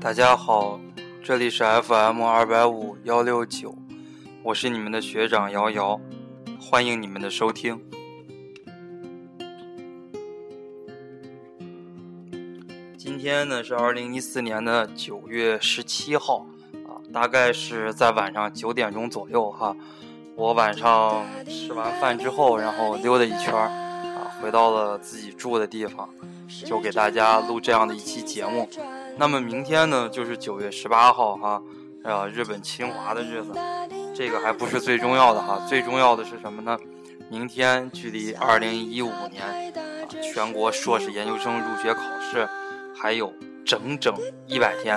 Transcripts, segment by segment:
大家好，这里是 FM250-169，我是你们的学长瑶瑶，欢迎你们的收听。今天呢是2014年的9月17号大概是在晚上9点钟左右哈。我晚上吃完饭之后，然后溜达一圈回到了自己住的地方，就给大家录这样的一期节目。那么明天呢就是9月18号哈，日本侵华的日子。这个还不是最重要的哈，最重要的是什么呢？明天距离2015年全国硕士研究生入学考试还有整整100天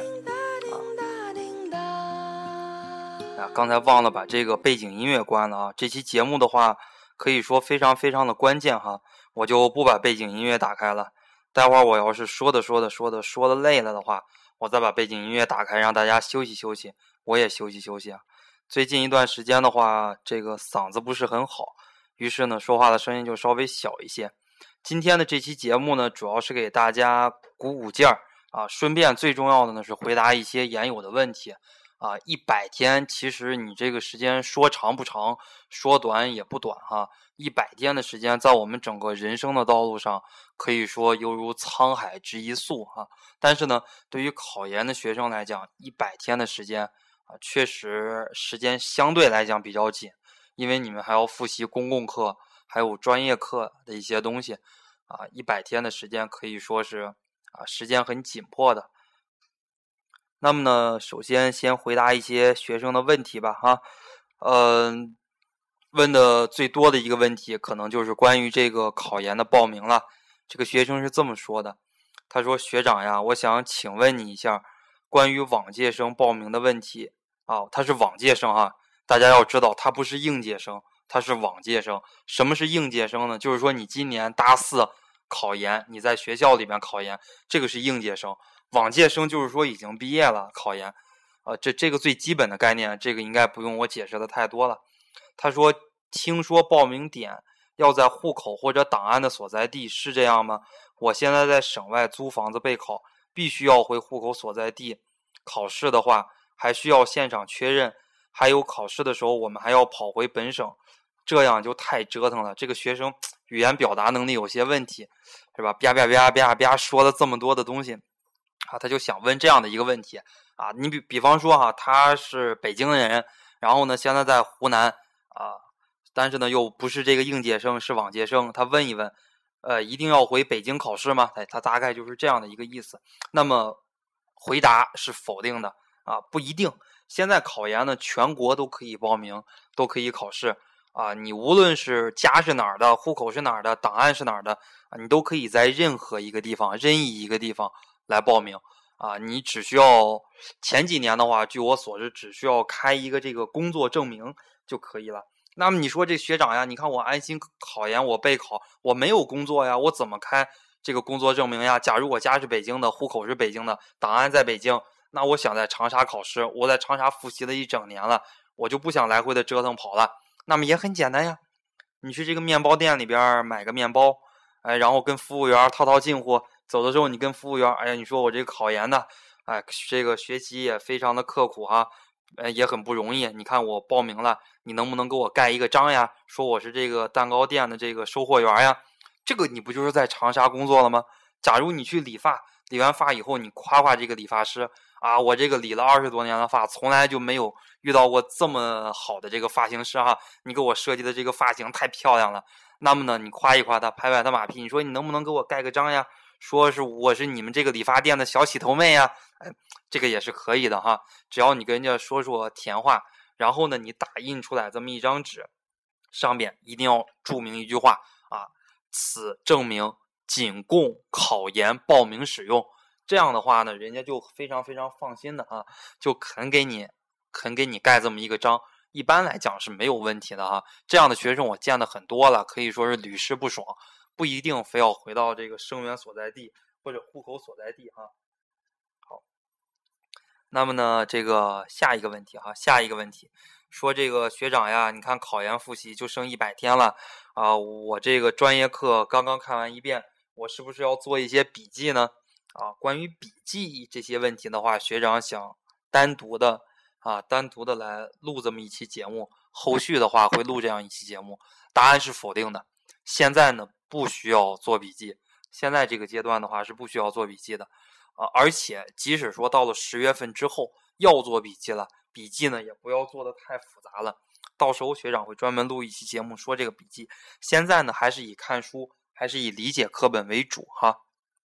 刚才忘了把这个背景音乐关了这期节目的话可以说非常非常的关键哈，我就不把背景音乐打开了。待会儿我要是说的累了的话，我再把背景音乐打开，让大家休息休息，我也休息休息最近一段时间的话，这个嗓子不是很好，于是呢说话的声音就稍微小一些。今天的这期节目呢，主要是给大家鼓劲儿顺便最重要的呢是回答一些研友的问题100天，其实你这个时间说长不长，说短也不短哈。100天的时间在我们整个人生的道路上可以说犹如沧海之一粟哈。但是呢对于考研的学生来讲，100天的时间确实时间相对来讲比较紧，因为你们还要复习公共课还有专业课的一些东西100天的时间可以说是时间很紧迫的。那么呢首先回答一些学生的问题吧哈。问的最多的一个问题可能就是关于这个考研的报名了。这个学生是这么说的，他说学长呀，我想请问你一下关于往届生报名的问题他是往届生哈，大家要知道他不是应届生，他是往届生。什么是应届生呢？就是说你今年大4考研，你在学校里面考研，这个是应届生。往届生就是说已经毕业了考研这个最基本的概念，这个应该不用我解释的太多了。他说听说报名点要在户口或者档案的所在地，是这样吗？我现在在省外租房子备考，必须要回户口所在地，考试的话还需要现场确认，还有考试的时候我们还要跑回本省，这样就太折腾了。这个学生语言表达能力有些问题是吧，啪啪啪啪啪说了这么多的东西他就想问这样的一个问题你比方说他是北京人，然后呢现在在湖南但是呢又不是这个应届生，是往届生，他问一问一定要回北京考试吗？他大概就是这样的一个意思。那么回答是否定的不一定。现在考研呢全国都可以报名，都可以考试你无论是家是哪儿的，户口是哪儿的，档案是哪儿的你都可以在任何一个地方，任意一个地方来报名你只需要前几年的话，据我所知只需要开一个这个工作证明就可以了。那么你说这学长呀，你看我安心考研，我备考，我没有工作呀，我怎么开这个工作证明呀？假如我家是北京的，户口是北京的，档案在北京，那我想在长沙考试，我在长沙复习了1整年了，我就不想来回的折腾跑了。那么也很简单呀，你去这个面包店里边买个面包然后跟服务员套近乎，走的时候你跟服务员你说我这个考研的这个学习也非常的刻苦也很不容易，你看我报名了，你能不能给我盖一个章呀？说我是这个蛋糕店的这个收货员呀？这个你不就是在长沙工作了吗？假如你去理发，理完发以后你夸这个理发师我这个理了20多年的发，从来就没有遇到过这么好的这个发型师你给我设计的这个发型太漂亮了。那么呢你夸一夸他，拍他马屁，你说你能不能给我盖个章呀？说是我是你们这个理发店的小洗头妹呀这个也是可以的只要你跟人家说甜话，然后呢你打印出来这么一张纸，上面一定要注明一句话此证明仅供考研报名使用。这样的话呢人家就非常非常放心的就肯给你盖这么一个章，一般来讲是没有问题的这样的学生我见的很多了，可以说是屡试不爽，不一定非要回到这个生源所在地或者户口所在地好，那么呢这个下一个问题说这个学长呀，你看考研复习就剩100天了我这个专业课刚刚看完一遍，我是不是要做一些笔记呢？ 关于笔记这些问题的话，学长想单独的来录这么一期节目，后续的话会录这样一期节目。答案是否定的。现在呢不需要做笔记，现在这个阶段的话是不需要做笔记的而且即使说到了10月份之后要做笔记了，笔记呢也不要做的太复杂了。到时候学长会专门录一期节目说这个笔记。现在呢还是以看书，还是以理解课本为主哈。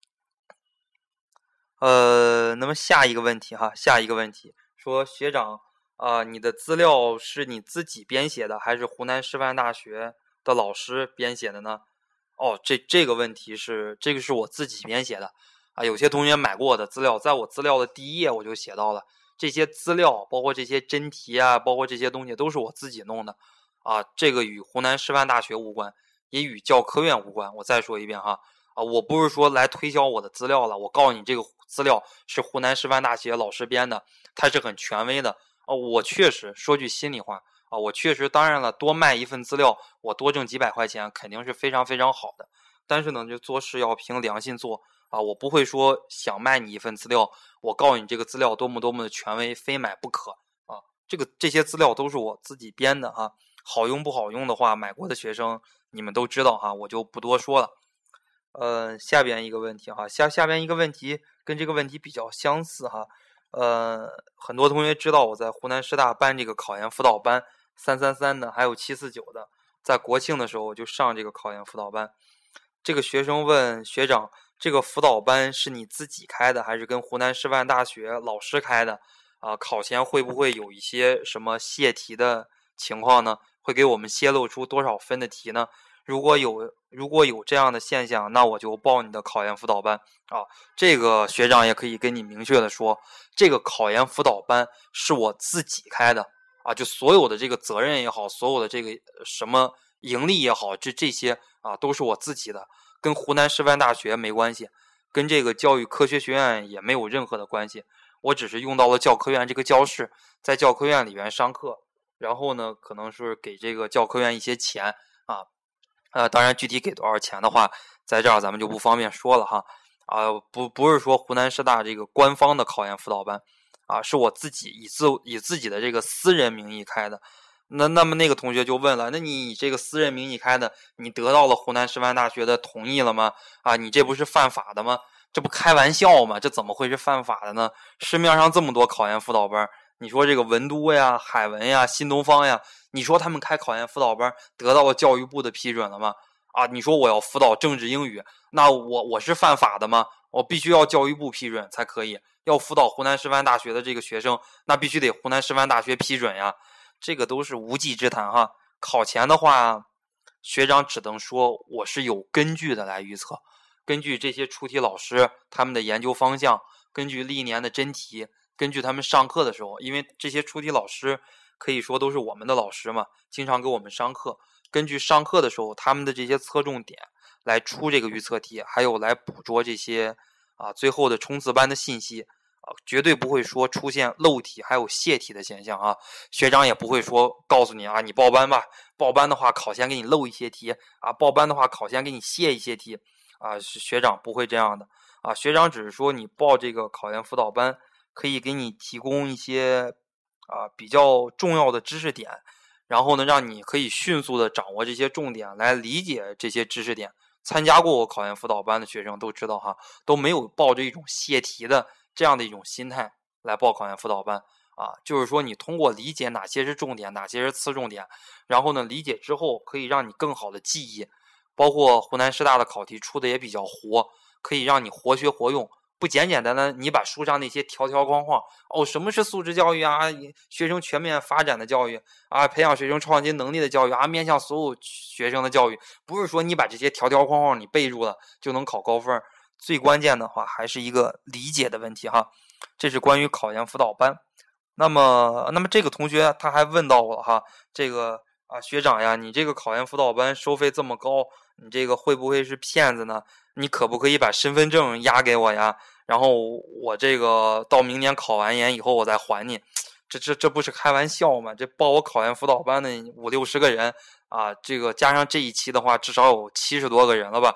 那么下一个问题说学长你的资料是你自己编写的，还是湖南师范大学的老师编写的呢？这个问题是我自己编写的有些同学买过我的资料，在我资料的第1页我就写到了这些资料，包括这些真题包括这些东西都是我自己弄的这个与湖南师范大学无关，也与教科院无关。我再说一遍我不是说来推销我的资料了，我告诉你这个资料是湖南师范大学老师编的，它是很权威的我确实说句心里话我确实当然了，多卖一份资料我多挣几百块钱肯定是非常非常好的，但是呢就做事要凭良心做我不会说想卖你一份资料，我告诉你这个资料多么多么的权威，非买不可这些资料都是我自己编的好用不好用的话，买过的学生你们都知道我就不多说了。下边一个问题下边一个问题跟这个问题比较相似很多同学知道我在湖南师大办这个考研辅导班333的，还有749的，在国庆的时候我就上这个考研辅导班。这个学生问学长，这个辅导班是你自己开的，还是跟湖南师范大学老师开的考前会不会有一些什么泄题的情况呢？会给我们泄露出多少分的题呢？如果有这样的现象，那我就报你的考研辅导班这个学长也可以跟你明确的说，这个考研辅导班是我自己开的就所有的这个责任也好，所有的这个什么盈利也好，这些都是我自己的，跟湖南师范大学没关系，跟这个教育科学学院也没有任何的关系。我只是用到了教科院这个教室，在教科院里面上课，然后呢可能是给这个教科院一些钱当然具体给多少钱的话，在这儿咱们就不方便说了不是说湖南师大这个官方的考研辅导班是我自己以自己的这个私人名义开的。那么那个同学就问了，那你以这个私人名义开的，你得到了湖南师范大学的同意了吗？你这不是犯法的吗？这不开玩笑吗？这怎么会是犯法的呢？市面上这么多考研辅导班，你说这个文都呀、海文呀、新东方呀，你说他们开考研辅导班得到了教育部的批准了吗？你说我要辅导政治英语，那我是犯法的吗？我必须要教育部批准才可以。要辅导湖南师范大学的这个学生，那必须得湖南师范大学批准呀。这个都是无稽之谈考前的话，学长只能说我是有根据的来预测，根据这些出题老师他们的研究方向，根据历年的真题，根据他们上课的时候，因为这些出题老师可以说都是我们的老师嘛，经常给我们上课，根据上课的时候他们的这些侧重点来出这个预测题，还有来捕捉这些最后的冲刺班的信息绝对不会说出现漏题还有泄题的现象学长也不会说告诉你你报班吧，报班的话考前给你漏一些题报班的话考前给你泄一些题学长不会这样的学长只是说你报这个考研辅导班可以给你提供一些比较重要的知识点，然后呢让你可以迅速的掌握这些重点来理解这些知识点。参加过我考研辅导班的学生都知道都没有抱着一种泄题的这样的一种心态来报考研辅导班就是说你通过理解哪些是重点，哪些是次重点，然后呢理解之后可以让你更好的记忆，包括湖南师大的考题出的也比较活，可以让你活学活用，不简简单单你把书上那些条条框框什么是素质教育学生全面发展的教育培养学生创新能力的教育面向所有学生的教育，不是说你把这些条条框框你背住了就能考高分。最关键的话还是一个理解的问题这是关于考研辅导班。那么这个同学他还问到我这个学长呀，你这个考研辅导班收费这么高，你这个会不会是骗子呢？你可不可以把身份证押给我呀？然后我这个到明年考完研以后我再还你。这不是开玩笑吗？这报我考研辅导班的50-60个人这个加上这一期的话至少有70多个人了吧。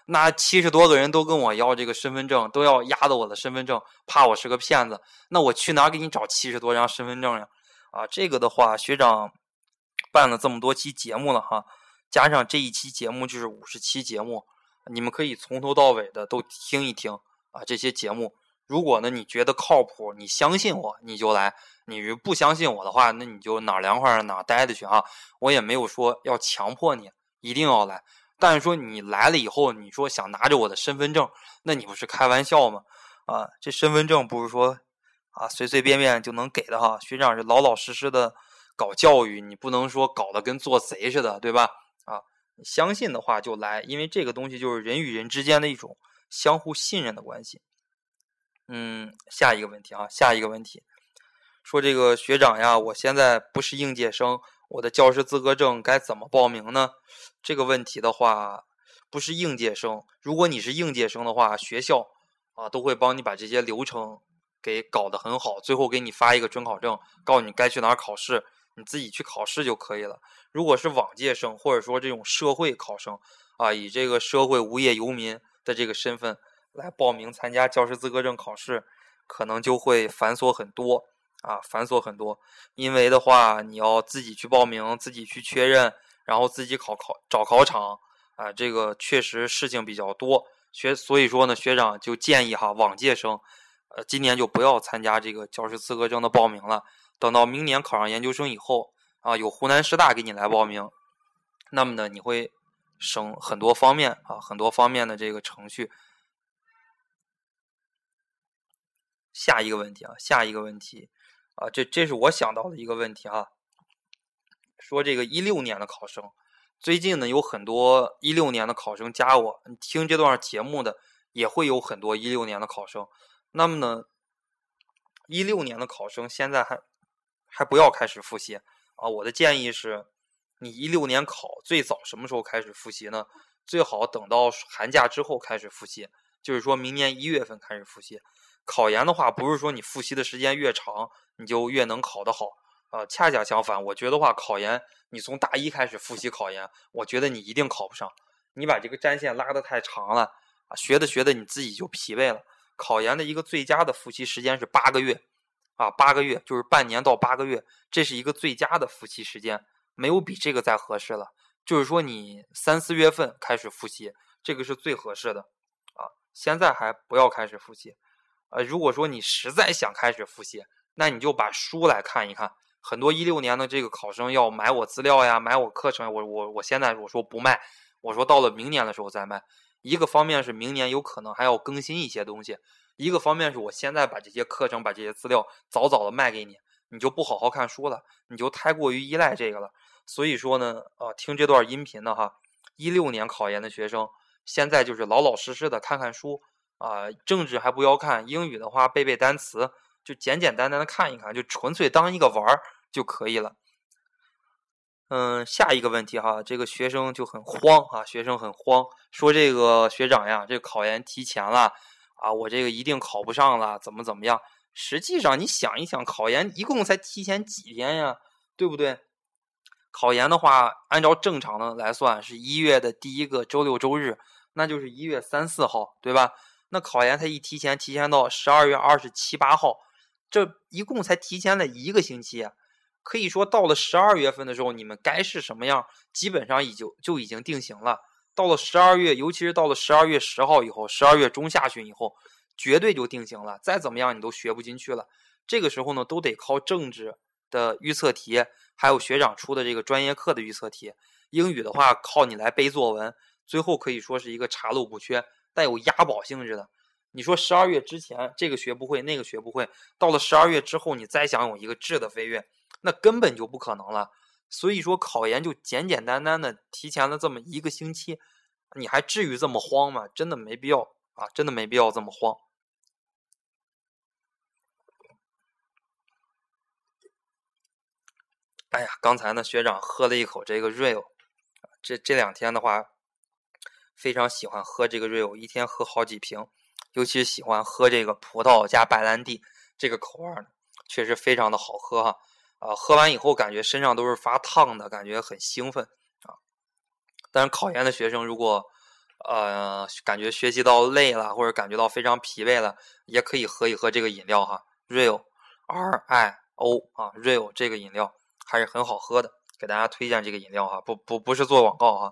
那70多个人都跟我要这个身份证，都要压着我的身份证，怕我是个骗子，那我去哪儿给你找70多张身份证呀？这个的话，学长办了这么多期节目了哈，加上这一期节目就是50期节目，你们可以从头到尾的都听一听这些节目。如果呢你觉得靠谱，你相信我，你就来；你不相信我的话，那你就哪儿凉快哪儿待着去哈。我也没有说要强迫你一定要来，但是说你来了以后，你说想拿着我的身份证，那你不是开玩笑吗？这身份证不是说随随便便就能给的哈。学长是老老实实的搞教育，你不能说搞得跟做贼似的，对吧？你相信的话就来，因为这个东西就是人与人之间的一种相互信任的关系。下一个问题，说这个学长呀，我现在不是应届生，我的教师资格证该怎么报名呢？这个问题的话，不是应届生，如果你是应届生的话，学校都会帮你把这些流程给搞得很好，最后给你发一个准考证，告诉你该去哪儿考试，你自己去考试就可以了。如果是往届生或者说这种社会考生以这个社会无业游民的这个身份来报名参加教师资格证考试，可能就会繁琐很多因为的话你要自己去报名，自己去确认，然后自己找考场这个确实事情比较多。所以说呢，学长就建议往届生今年就不要参加这个教师资格证的报名了，等到明年考上研究生以后有湖南师大给你来报名，那么呢你会省很多方面的这个程序。下一个问题这是我想到的一个问题说这个16年的考生，最近呢有很多16年的考生加我，听这段节目的也会有很多16年的考生。那么呢16年的考生现在还不要开始复习我的建议是，你16年考最早什么时候开始复习呢？最好等到寒假之后开始复习，就是说明年1月份开始复习。考研的话，不是说你复习的时间越长，你就越能考得好恰恰相反，我觉得考研，你从大一开始复习考研，我觉得你一定考不上。你把这个战线拉得太长了学着你自己就疲惫了。考研的一个最佳的复习时间是8个月8个月就是半年到8个月，这是一个最佳的复习时间，没有比这个再合适了。就是说你3、4月份开始复习，这个是最合适的现在还不要开始复习如果说你实在想开始复习，那你就把书来看一看。很多16年的这个考生要买我资料呀，买我课程，我现在我说不卖，我说到了明年的时候再卖。一个方面是明年有可能还要更新一些东西，一个方面是我现在把这些课程把这些资料早早的卖给你，你就不好好看书了，你就太过于依赖这个了。所以说呢听这段音频的16年考研的学生现在就是老老实实的看看书政治还不要看，英语的话背背单词，就简简单单的看一看，就纯粹当一个玩就可以了。下一个问题这个学生就很慌说这个学长呀，这个考研提前了我这个一定考不上了，怎么样？实际上你想一想，考研一共才提前几天呀，对不对？考研的话，按照正常的来算，是1月的第一个周六周日，那就是1月3、4号，对吧？那考研它一提前到12月27、8号，这一共才提前了1个星期可以说到了12月份的时候，你们该是什么样，基本上就已经定型了。到了12月，尤其是到了12月10号以后，12月中下旬以后，绝对就定型了。再怎么样，你都学不进去了。这个时候呢，都得靠政治的预测题，还有学长出的这个专业课的预测题。英语的话，靠你来背作文，最后可以说是一个查漏补缺，带有押宝性质的。你说12月之前这个学不会，那个学不会，到了12月之后，你再想有一个质的飞跃，那根本就不可能了。所以说考研就简简单单的提前了这么1个星期，你还至于这么慌吗？真的没必要真的没必要这么慌。哎呀，刚才呢学长喝了一口这个 Rio， 这2天的话非常喜欢喝这个 Rio， 一天喝好几瓶，尤其是喜欢喝这个葡萄加白兰地这个口味呢，确实非常的好喝喝完以后感觉身上都是发烫的，感觉很兴奋但是考研的学生如果感觉学习到累了，或者感觉到非常疲惫了，也可以喝一喝这个饮料哈 ，Rio RIO 啊 ，Rio 这个饮料还是很好喝的，给大家推荐这个饮料哈，不是做广告哈。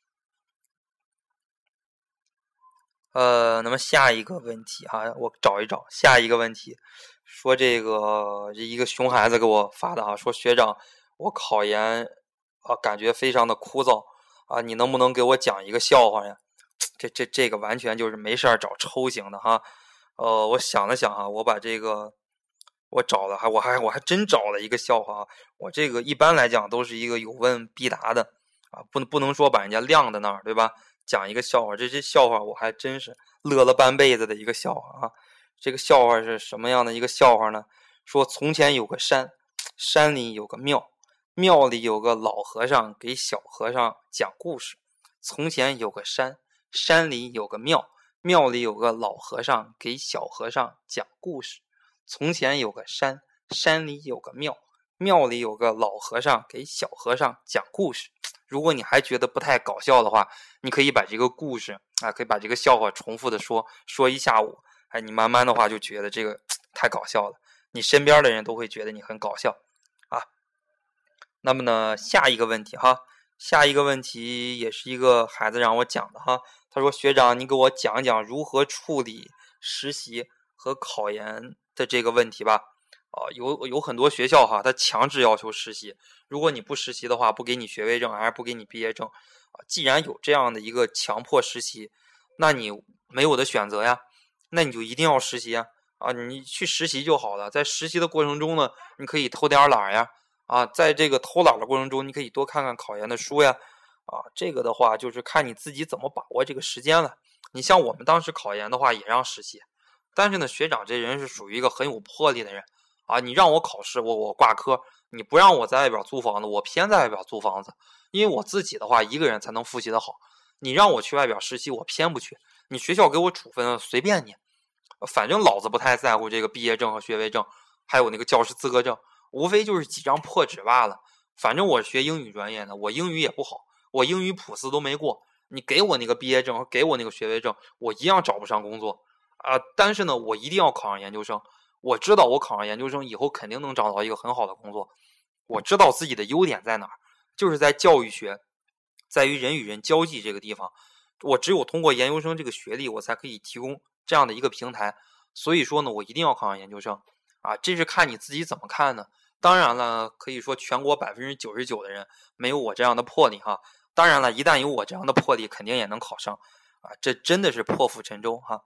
那么下一个问题哈，我找一找下一个问题，说这一个熊孩子给我发的哈，说学长，我考研感觉非常的枯燥啊，你能不能给我讲一个笑话呀？这个完全就是没事儿找抽型的哈。我想了想哈，我把这个我找了，我还真找了一个笑话啊。我这个一般来讲都是一个有问必答的啊，不能说把人家晾在那儿，对吧？讲一个笑话，这笑话我还真是乐了半辈子的一个笑话啊。这个笑话是什么样的一个笑话呢？说从前有个山，山里有个庙，庙里有个老和尚给小和尚讲故事。从前有个山，山里有个庙，庙里有个老和尚给小和尚讲故事。从前有个山，山里有个庙，庙里有个老和尚给小和尚讲故事。如果你还觉得不太搞笑的话，你可以把这个故事啊，可以把这个笑话重复的说一下午，哎，你慢慢的话就觉得这个太搞笑了，你身边的人都会觉得你很搞笑啊。那么呢，下一个问题哈，下一个问题也是一个孩子让我讲的哈，他说学长，你给我讲讲如何处理实习和考研的这个问题吧。有很多学校哈，他强制要求实习，如果你不实习的话，不给你学位证，还是不给你毕业证啊。既然有这样的一个强迫实习，那你没有的选择呀，那你就一定要实习啊！你去实习就好了。在实习的过程中呢，你可以偷点懒呀，在这个偷懒的过程中，你可以多看看考研的书呀，这个的话就是看你自己怎么把握这个时间了。你像我们当时考研的话，也让实习，但是呢，学长这人是属于一个很有魄力的人。你让我考试，我挂科，你不让我在外边租房子，我偏在外边租房子，因为我自己的话一个人才能复习的好。你让我去外边实习，我偏不去。你学校给我处分随便你，反正老子不太在乎这个毕业证和学位证，还有那个教师资格证，无非就是几张破纸罢了。反正我学英语专业的，我英语也不好，我英语普4都没过。你给我那个毕业证和给我那个学位证，我一样找不上工作但是呢，我一定要考上研究生。我知道我考上研究生以后肯定能找到一个很好的工作，我知道自己的优点在哪儿，就是在教育学，在于人与人交际这个地方。我只有通过研究生这个学历，我才可以提供这样的一个平台。所以说呢，我一定要考上研究生这是看你自己怎么看呢？当然了，可以说全国99%的人没有我这样的魄力哈。当然了，一旦有我这样的魄力，肯定也能考上这真的是破釜沉舟哈。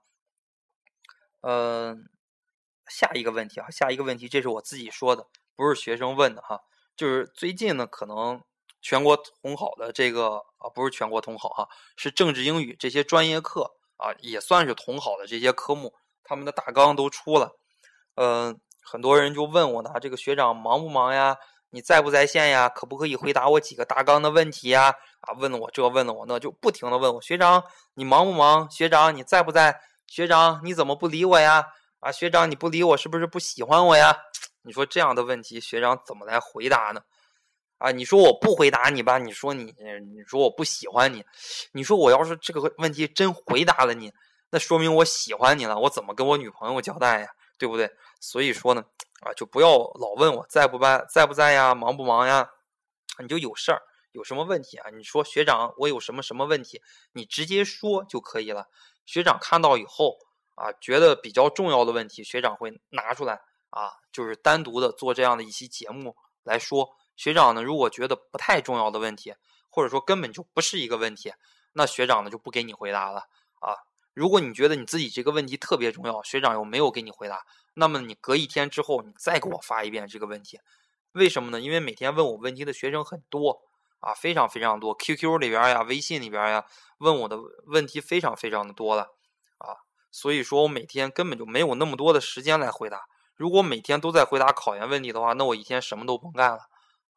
下一个问题下一个问题，这是我自己说的，不是学生问的哈。就是最近呢，可能全国统考的这个不是全国统考哈，是政治英语这些专业课也算是统考的这些科目，他们的大纲都出了。很多人就问我呢，这个学长忙不忙呀？你在不在线呀？可不可以回答我几个大纲的问题呀？问了我这，问了我那，就不停的问我，学长你忙不忙？学长你在不在？学长你怎么不理我呀？学长你不理我是不是不喜欢我呀？你说这样的问题学长怎么来回答呢？你说我不回答你吧，你说我不喜欢你，你说我要是这个问题真回答了你，那说明我喜欢你了，我怎么跟我女朋友交代呀？对不对？所以说呢就不要老问我在不在呀，忙不忙呀，你就有事儿有什么问题你说学长我有什么问题，你直接说就可以了。学长看到以后觉得比较重要的问题，学长会拿出来就是单独的做这样的一期节目来说。学长呢，如果觉得不太重要的问题，或者说根本就不是一个问题，那学长呢就不给你回答了如果你觉得你自己这个问题特别重要，学长又没有给你回答，那么你隔1天之后你再给我发一遍这个问题。为什么呢？因为每天问我问题的学生很多非常非常多， QQ 里边呀，微信里边呀，问我的问题非常非常的多了所以说我每天根本就没有那么多的时间来回答。如果每天都在回答考研问题的话，那我一天什么都甭干了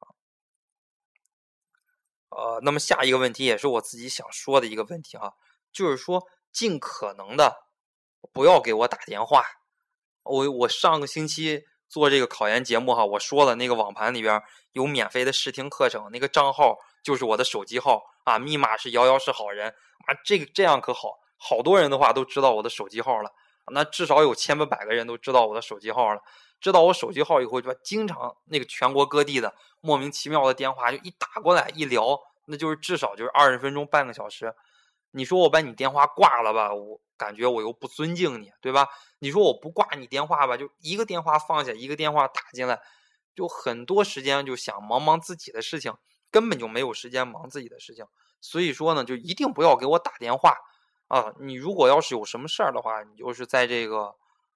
那么下一个问题也是我自己想说的一个问题就是说尽可能的不要给我打电话。我上个星期做这个考研节目我说了那个网盘里边有免费的试听课程，那个账号就是我的手机号啊，密码是11是好人啊，这样可好，好多人的话都知道我的手机号了，那至少有千百个人都知道我的手机号了。知道我手机号以后，就经常那个全国各地的莫名其妙的电话就一打过来一聊，那就是至少就是20分钟半个小时。你说我把你电话挂了吧，我感觉我又不尊敬你，对吧？你说我不挂你电话吧，就一个电话放下，一个电话打进来，就很多时间就想忙自己的事情，根本就没有时间忙自己的事情。所以说呢，就一定不要给我打电话啊！你如果要是有什么事儿的话，你就是在这个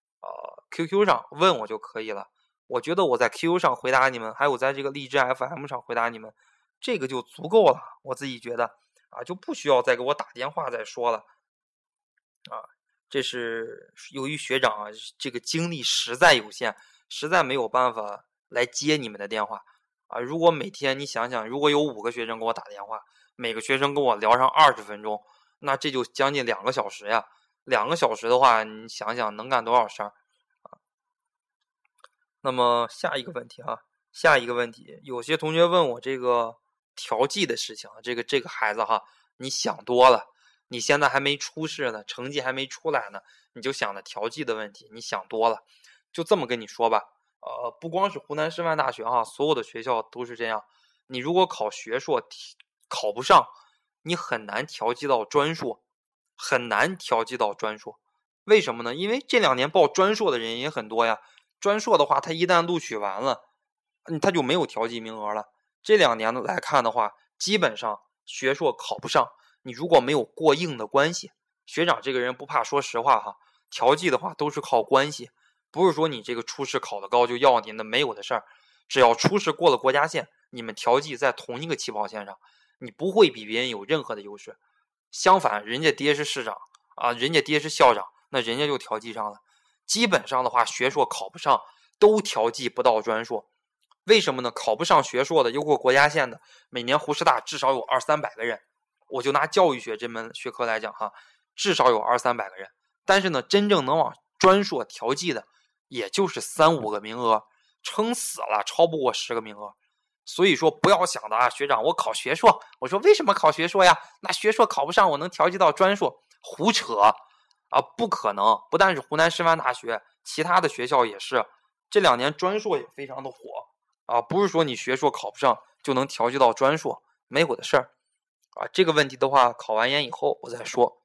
QQ 上问我就可以了。我觉得我在 QQ 上回答你们，还有在这个荔枝 FM 上回答你们，这个就足够了。我自己觉得啊，就不需要再给我打电话再说了啊。这是由于学长啊，这个精力实在有限，实在没有办法来接你们的电话啊。如果每天你想想，如果有5个学生给我打电话，每个学生跟我聊上20分钟，那这就将近2个小时呀。2个小时的话，你想想能干多少事儿啊？那么下一个问题啊，下一个问题，有些同学问我这个调剂的事情，这个孩子哈，你想多了，你现在还没出世呢，成绩还没出来呢，你就想着调剂的问题，你想多了。就这么跟你说吧，不光是湖南师范大学哈，所有的学校都是这样。你如果考学硕考不上，你很难调剂到专硕，很难调剂到专硕。为什么呢？因为这2年报专硕的人也很多呀。专硕的话，他一旦录取完了，他就没有调剂名额了。这2年来看的话，基本上学硕考不上，你如果没有过硬的关系，学长这个人不怕说实话哈，调剂的话都是靠关系，不是说你这个初试考得高就要你，那没有的事儿。只要初试过了国家线，你们调剂在同一个起跑线上，你不会比别人有任何的优势。相反，人家爹是市长啊，人家爹是校长，那人家就调剂上了。基本上的话，学硕考不上都调剂不到专硕。为什么呢？考不上学硕的，又过国家线的，每年湖师大至少有200-300个人。我就拿教育学这门学科来讲哈，至少有200-300个人。但是呢，真正能往专硕调剂的，也就是3-5个名额，撑死了超不过10个名额。所以说不要想的啊，学长我考学硕，我说为什么考学硕呀？那学硕考不上，我能调剂到专硕？胡扯啊，不可能！不但是湖南师范大学，其他的学校也是。这2年专硕也非常的火啊，不是说你学硕考不上就能调剂到专硕，没有的事儿啊。这个问题的话，考完研以后我再说。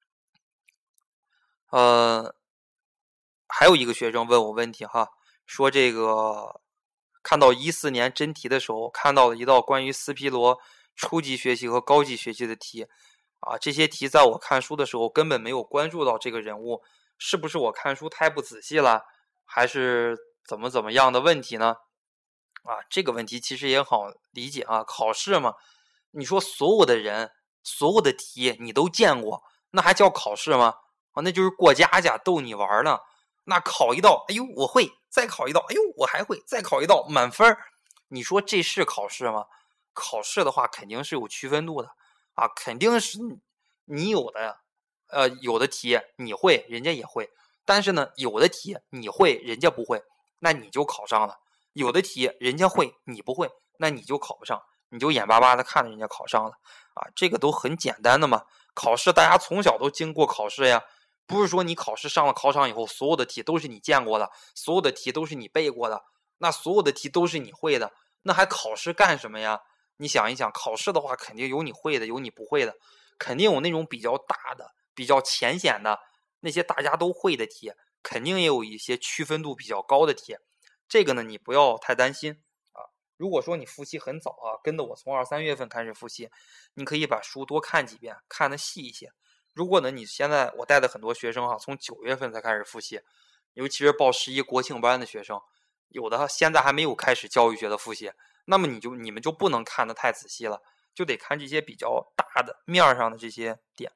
还有一个学生问我问题哈，说这个看到14年真题的时候，看到了一道关于斯皮罗初级学习和高级学习的题啊，这些题在我看书的时候根本没有关注到这个人物，是不是我看书太不仔细了，还是怎么样的问题呢？啊，这个问题其实也好理解啊，考试嘛，你说所有的人所有的题你都见过，那还叫考试吗？啊，那就是过家家逗你玩呢。那考一道，哎呦我会，再考一道，哎呦我还会，再考一道满分，你说这是考试吗？考试的话肯定是有区分度的啊，肯定是你有的有的题你会，人家也会，但是呢有的题你会，人家不会，那你就考上了。有的题人家会你不会，那你就考不上，你就眼巴巴的看着人家考上了啊，这个都很简单的嘛。考试大家从小都经过考试呀，不是说你考试上了考场以后所有的题都是你见过的，所有的题都是你背过的，那所有的题都是你会的，那还考试干什么呀？你想一想，考试的话肯定有你会的，有你不会的，肯定有那种比较大的比较浅显的那些大家都会的题，肯定也有一些区分度比较高的题，这个呢你不要太担心啊。如果说你复习很早啊，跟着我从2-3月份开始复习，你可以把书多看几遍，看得细一些。如果呢你现在我带的很多学生从9月份才开始复习，尤其是报11国庆班的学生，有的现在还没有开始教育学的复习，那么你们就不能看得太仔细了，就得看这些比较大的面上的这些点。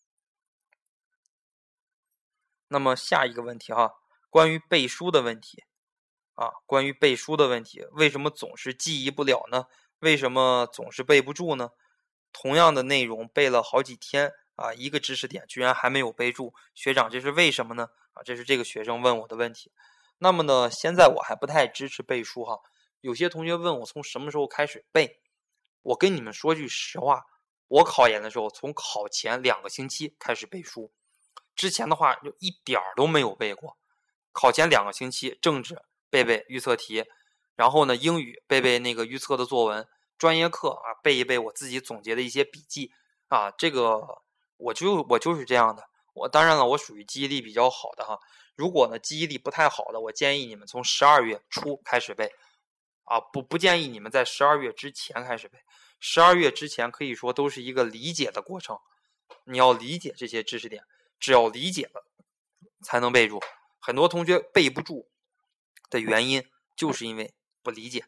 那么下一个问题哈，关于背书的问题啊，关于背书的问题，为什么总是记忆不了呢？为什么总是背不住呢？同样的内容背了好几天啊，一个知识点居然还没有背住，学长这是为什么呢？啊，这是这个学生问我的问题。那么呢，现在我还不太支持背书哈。有些同学问我从什么时候开始背， 我跟你们说句实话，我考研的时候从考前2个星期开始背书，之前的话就一点儿都没有背过。考前2个星期政治背背预测题，然后呢英语背背那个预测的作文，专业课啊背一背我自己总结的一些笔记啊，这个我就是这样的。我当然了，我属于记忆力比较好的哈。如果呢记忆力不太好的，我建议你们从12月初开始背啊，不建议你们在12月之前开始背。12月之前可以说都是一个理解的过程，你要理解这些知识点，只要理解了才能背住。很多同学背不住的原因就是因为不理解。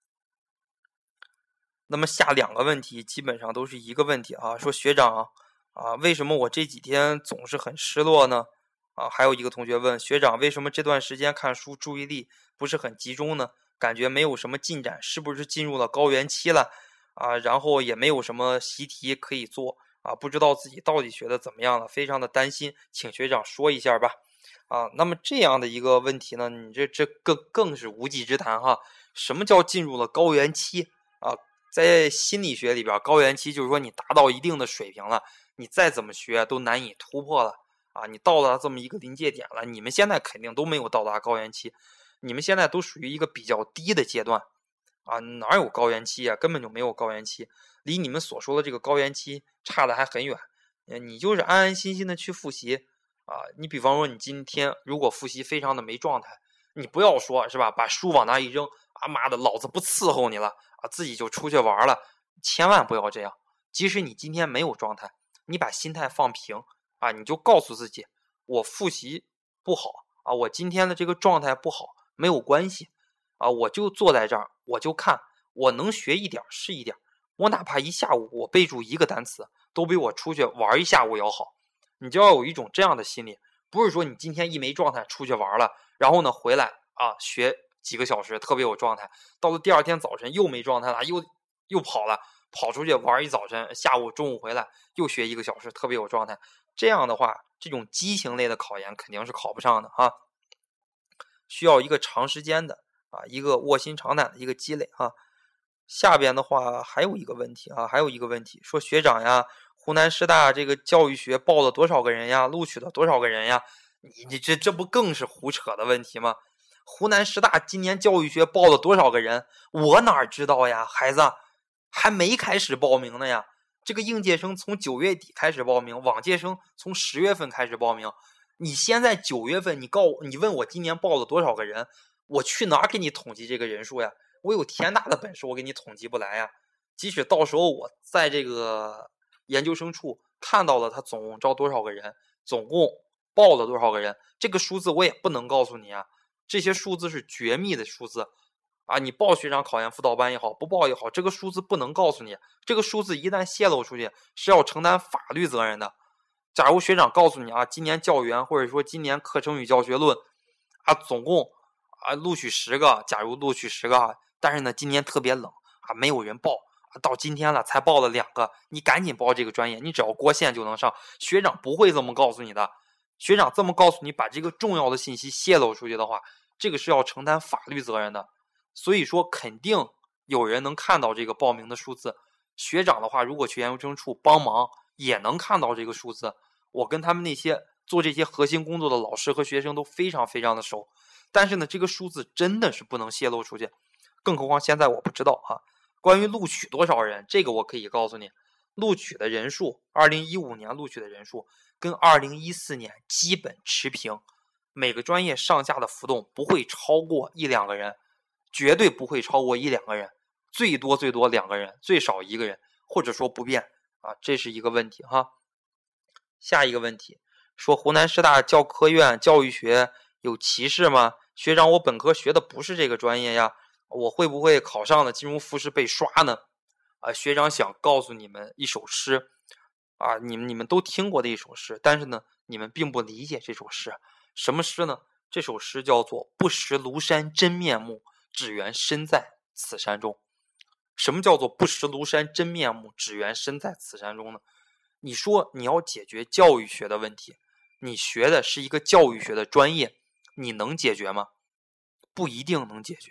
那么下2个问题基本上都是一个问题啊，说学长啊，为什么我这几天总是很失落呢？啊，还有一个同学问学长，为什么这段时间看书注意力不是很集中呢？感觉没有什么进展，是不是进入了高原期了？啊，然后也没有什么习题可以做啊，不知道自己到底学的怎么样了，非常的担心，请学长说一下吧。啊，那么这样的一个问题呢，你这更是无稽之谈哈。什么叫进入了高原期啊？在心理学里边，高原期就是说你达到一定的水平了，你再怎么学都难以突破了啊！你到了这么一个临界点了，你们现在肯定都没有到达高原期，你们现在都属于一个比较低的阶段啊，哪有高原期啊？根本就没有高原期，离你们所说的这个高原期差的还很远。你就是安安心心的去复习啊。你比方说你今天如果复习非常的没状态，你不要说是吧，把书往那一扔，啊妈的，老子不伺候你了啊，自己就出去玩了，千万不要这样。即使你今天没有状态，你把心态放平啊，你就告诉自己，我复习不好啊，我今天的这个状态不好，没有关系啊，我就坐在这儿，我就看，我能学一点是一点，我哪怕一下午我背住1个单词，都比我出去玩一下午要好。你就要有一种这样的心理，不是说你今天一没状态出去玩了，然后呢回来啊学几个小时特别有状态，到了第2天早晨又没状态了，又跑出去玩一早晨，下午中午回来又学1个小时特别有状态。这样的话，这种激情类的考研肯定是考不上的哈，需要一个长时间的啊，一个卧薪尝胆的一个积累哈。下边的话还有一个问题啊，说学长呀，湖南师大这个教育学报了多少个人呀？录取了多少个人呀？你这不更是胡扯的问题吗？湖南师大今年教育学报了多少个人？我哪知道呀，孩子，还没开始报名呢呀。这个应届生从9月底开始报名，往届生从10月份开始报名。你现在9月份，你问我今年报了多少个人，我去哪儿给你统计这个人数呀？我有天大的本事，我给你统计不来呀。即使到时候我在这个研究生处看到了他总共招多少个人，总共报了多少个人，这个数字我也不能告诉你啊。这些数字是绝密的数字啊，你报学长考研辅导班也好，不报也好，这个数字不能告诉你。这个数字一旦泄露出去，是要承担法律责任的。假如学长告诉你啊，今年教员或者说今年课程与教学论啊，总共啊录取10个，假如录取10个，但是呢今年特别冷啊，没有人报啊，到今天了才报了2个，你赶紧报这个专业，你只要过线就能上。学长不会这么告诉你的，学长这么告诉你，把这个重要的信息泄露出去的话，这个是要承担法律责任的。所以说肯定有人能看到这个报名的数字，学长的话如果去研究生处帮忙也能看到这个数字。我跟他们那些做这些核心工作的老师和学生都非常非常的熟，但是呢这个数字真的是不能泄露出去，更何况现在我不知道哈。关于录取多少人，这个我可以告诉你，录取的人数2015年录取的人数跟2014年基本持平，每个专业上下的浮动不会超过1-2个人，绝对不会超过1-2个人，最多2个人，最少1个人，或者说不变啊，这是一个问题哈。下一个问题，说湖南师大教科院教育学有歧视吗？学长，我本科学的不是这个专业呀，我会不会考上了进入复试被刷呢？啊，学长想告诉你们一首诗啊，你们都听过的一首诗，但是呢，你们并不理解这首诗。什么诗呢？这首诗叫做“不识庐山真面目，只缘身在此山中”。什么叫做不识庐山真面目，只缘身在此山中呢？你说你要解决教育学的问题，你学的是一个教育学的专业，你能解决吗？不一定能解决。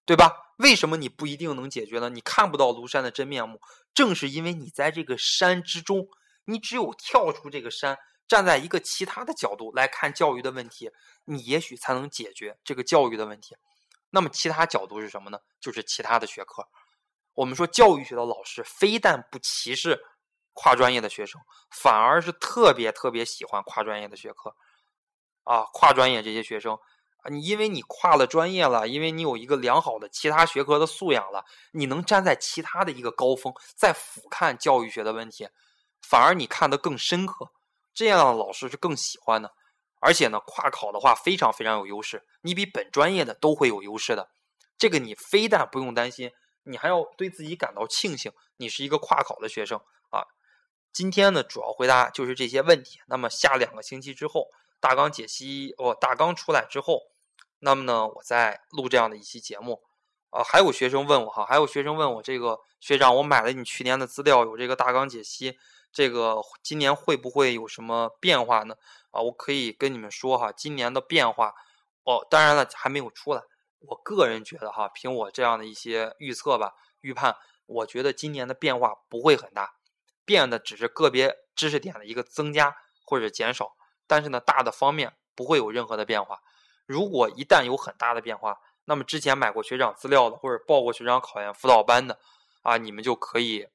对吧？为什么你不一定能解决呢？你看不到庐山的真面目，正是因为你在这个山之中，你只有跳出这个山，站在一个其他的角度来看教育的问题，你也许才能解决这个教育的问题。那么其他角度是什么呢？就是其他的学科。我们说教育学的老师非但不歧视跨专业的学生，反而是特别喜欢跨专业的学科跨专业这些学生你因为你跨了专业了，因为你有一个良好的其他学科的素养了，你能站在其他的一个高峰再俯瞰教育学的问题，反而你看得更深刻，这样的老师是更喜欢的。而且呢，跨考的话非常有优势，你比本专业的都会有优势的。这个你非但不用担心，你还要对自己感到庆幸，你是一个跨考的学生今天呢，主要回答就是这些问题。那么下2个星期之后，大纲解析大纲出来之后，那么呢，我再录这样的一期节目还有学生问我这个学长，我买了你去年的资料，有这个大纲解析，这个今年会不会有什么变化呢？我可以跟你们说今年的变化当然了还没有出来。我个人觉得凭我这样的一些预判，我觉得今年的变化不会很大，变的只是个别知识点的一个增加或者减少，但是呢，大的方面不会有任何的变化。如果一旦有很大的变化，那么之前买过学长资料的或者报过学长考研辅导班的你们就可以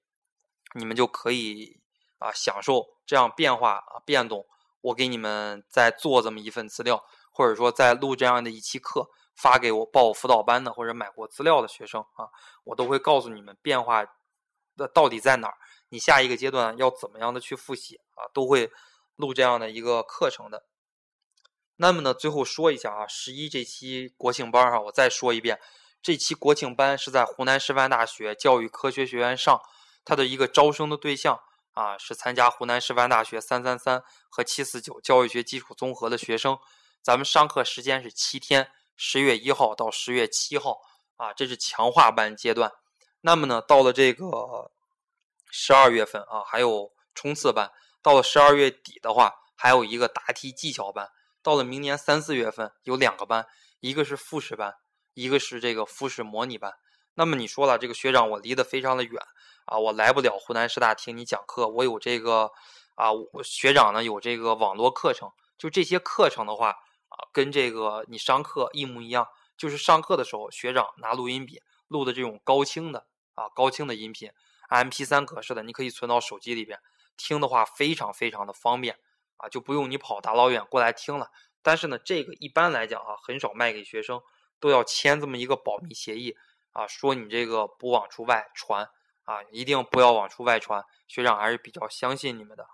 享受这样变化变动。我给你们再做这么一份资料，或者说再录这样的一期课，发给我报我辅导班的或者买过资料的学生我都会告诉你们变化的到底在哪儿，你下一个阶段要怎么样的去复习都会录这样的一个课程的。那么呢，最后说一下11这期国庆班我再说一遍，这期国庆班是在湖南师范大学教育科学学院上，它的一个招生的对象是参加湖南师范大学333和749教育学基础综合的学生。咱们上课时间是7天，10月1号到10月7号这是强化班阶段。那么呢，到了这个12月份还有冲刺班，到了12月底的话，还有一个答题技巧班。到了明年3、4月份有2个班，一个是复试班，一个是这个复试模拟班。那么你说了，这个学长我离得非常的远我来不了湖南师大听你讲课，我有这个我学长呢有这个网络课程，就这些课程的话跟这个你上课一模一样，就是上课的时候学长拿录音笔录的这种高清的音频，MP3 格式的，你可以存到手机里边，听的话非常的方便就不用你跑大老远过来听了。但是呢，这个一般来讲很少卖给学生，都要签这么一个保密协议说你这个不往出外传一定不要往出外传，学长还是比较相信你们的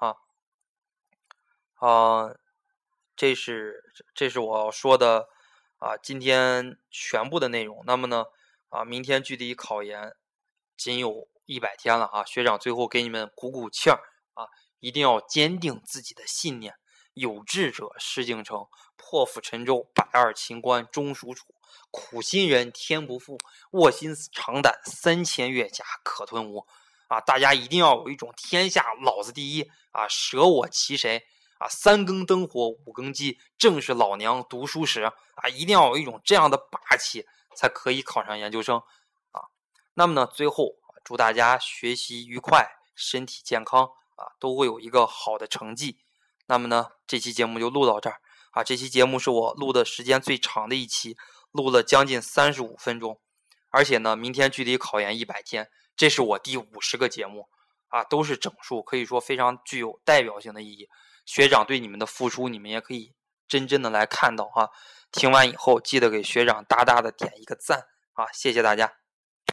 这是我说的今天全部的内容。那么呢明天距离考研仅有100天了学长最后给你们鼓气儿一定要坚定自己的信念，有志者事竟成，破釜沉舟120秦关终属楚，苦心人天不负，卧薪尝胆3000越甲可吞吴大家一定要有一种天下老子第一舍我其谁3更灯火5更鸡，正是老娘读书时一定要有一种这样的霸气，才可以考上研究生那么呢，最后祝大家学习愉快，身体健康都会有一个好的成绩。那么呢，这期节目就录到这儿这期节目是我录的时间最长的一期，录了将近35分钟。而且呢，明天距离考研100天，这是我第50个节目都是整数，可以说非常具有代表性的意义。学长对你们的付出，你们也可以真的来看到听完以后记得给学长大大的点一个赞谢谢大家。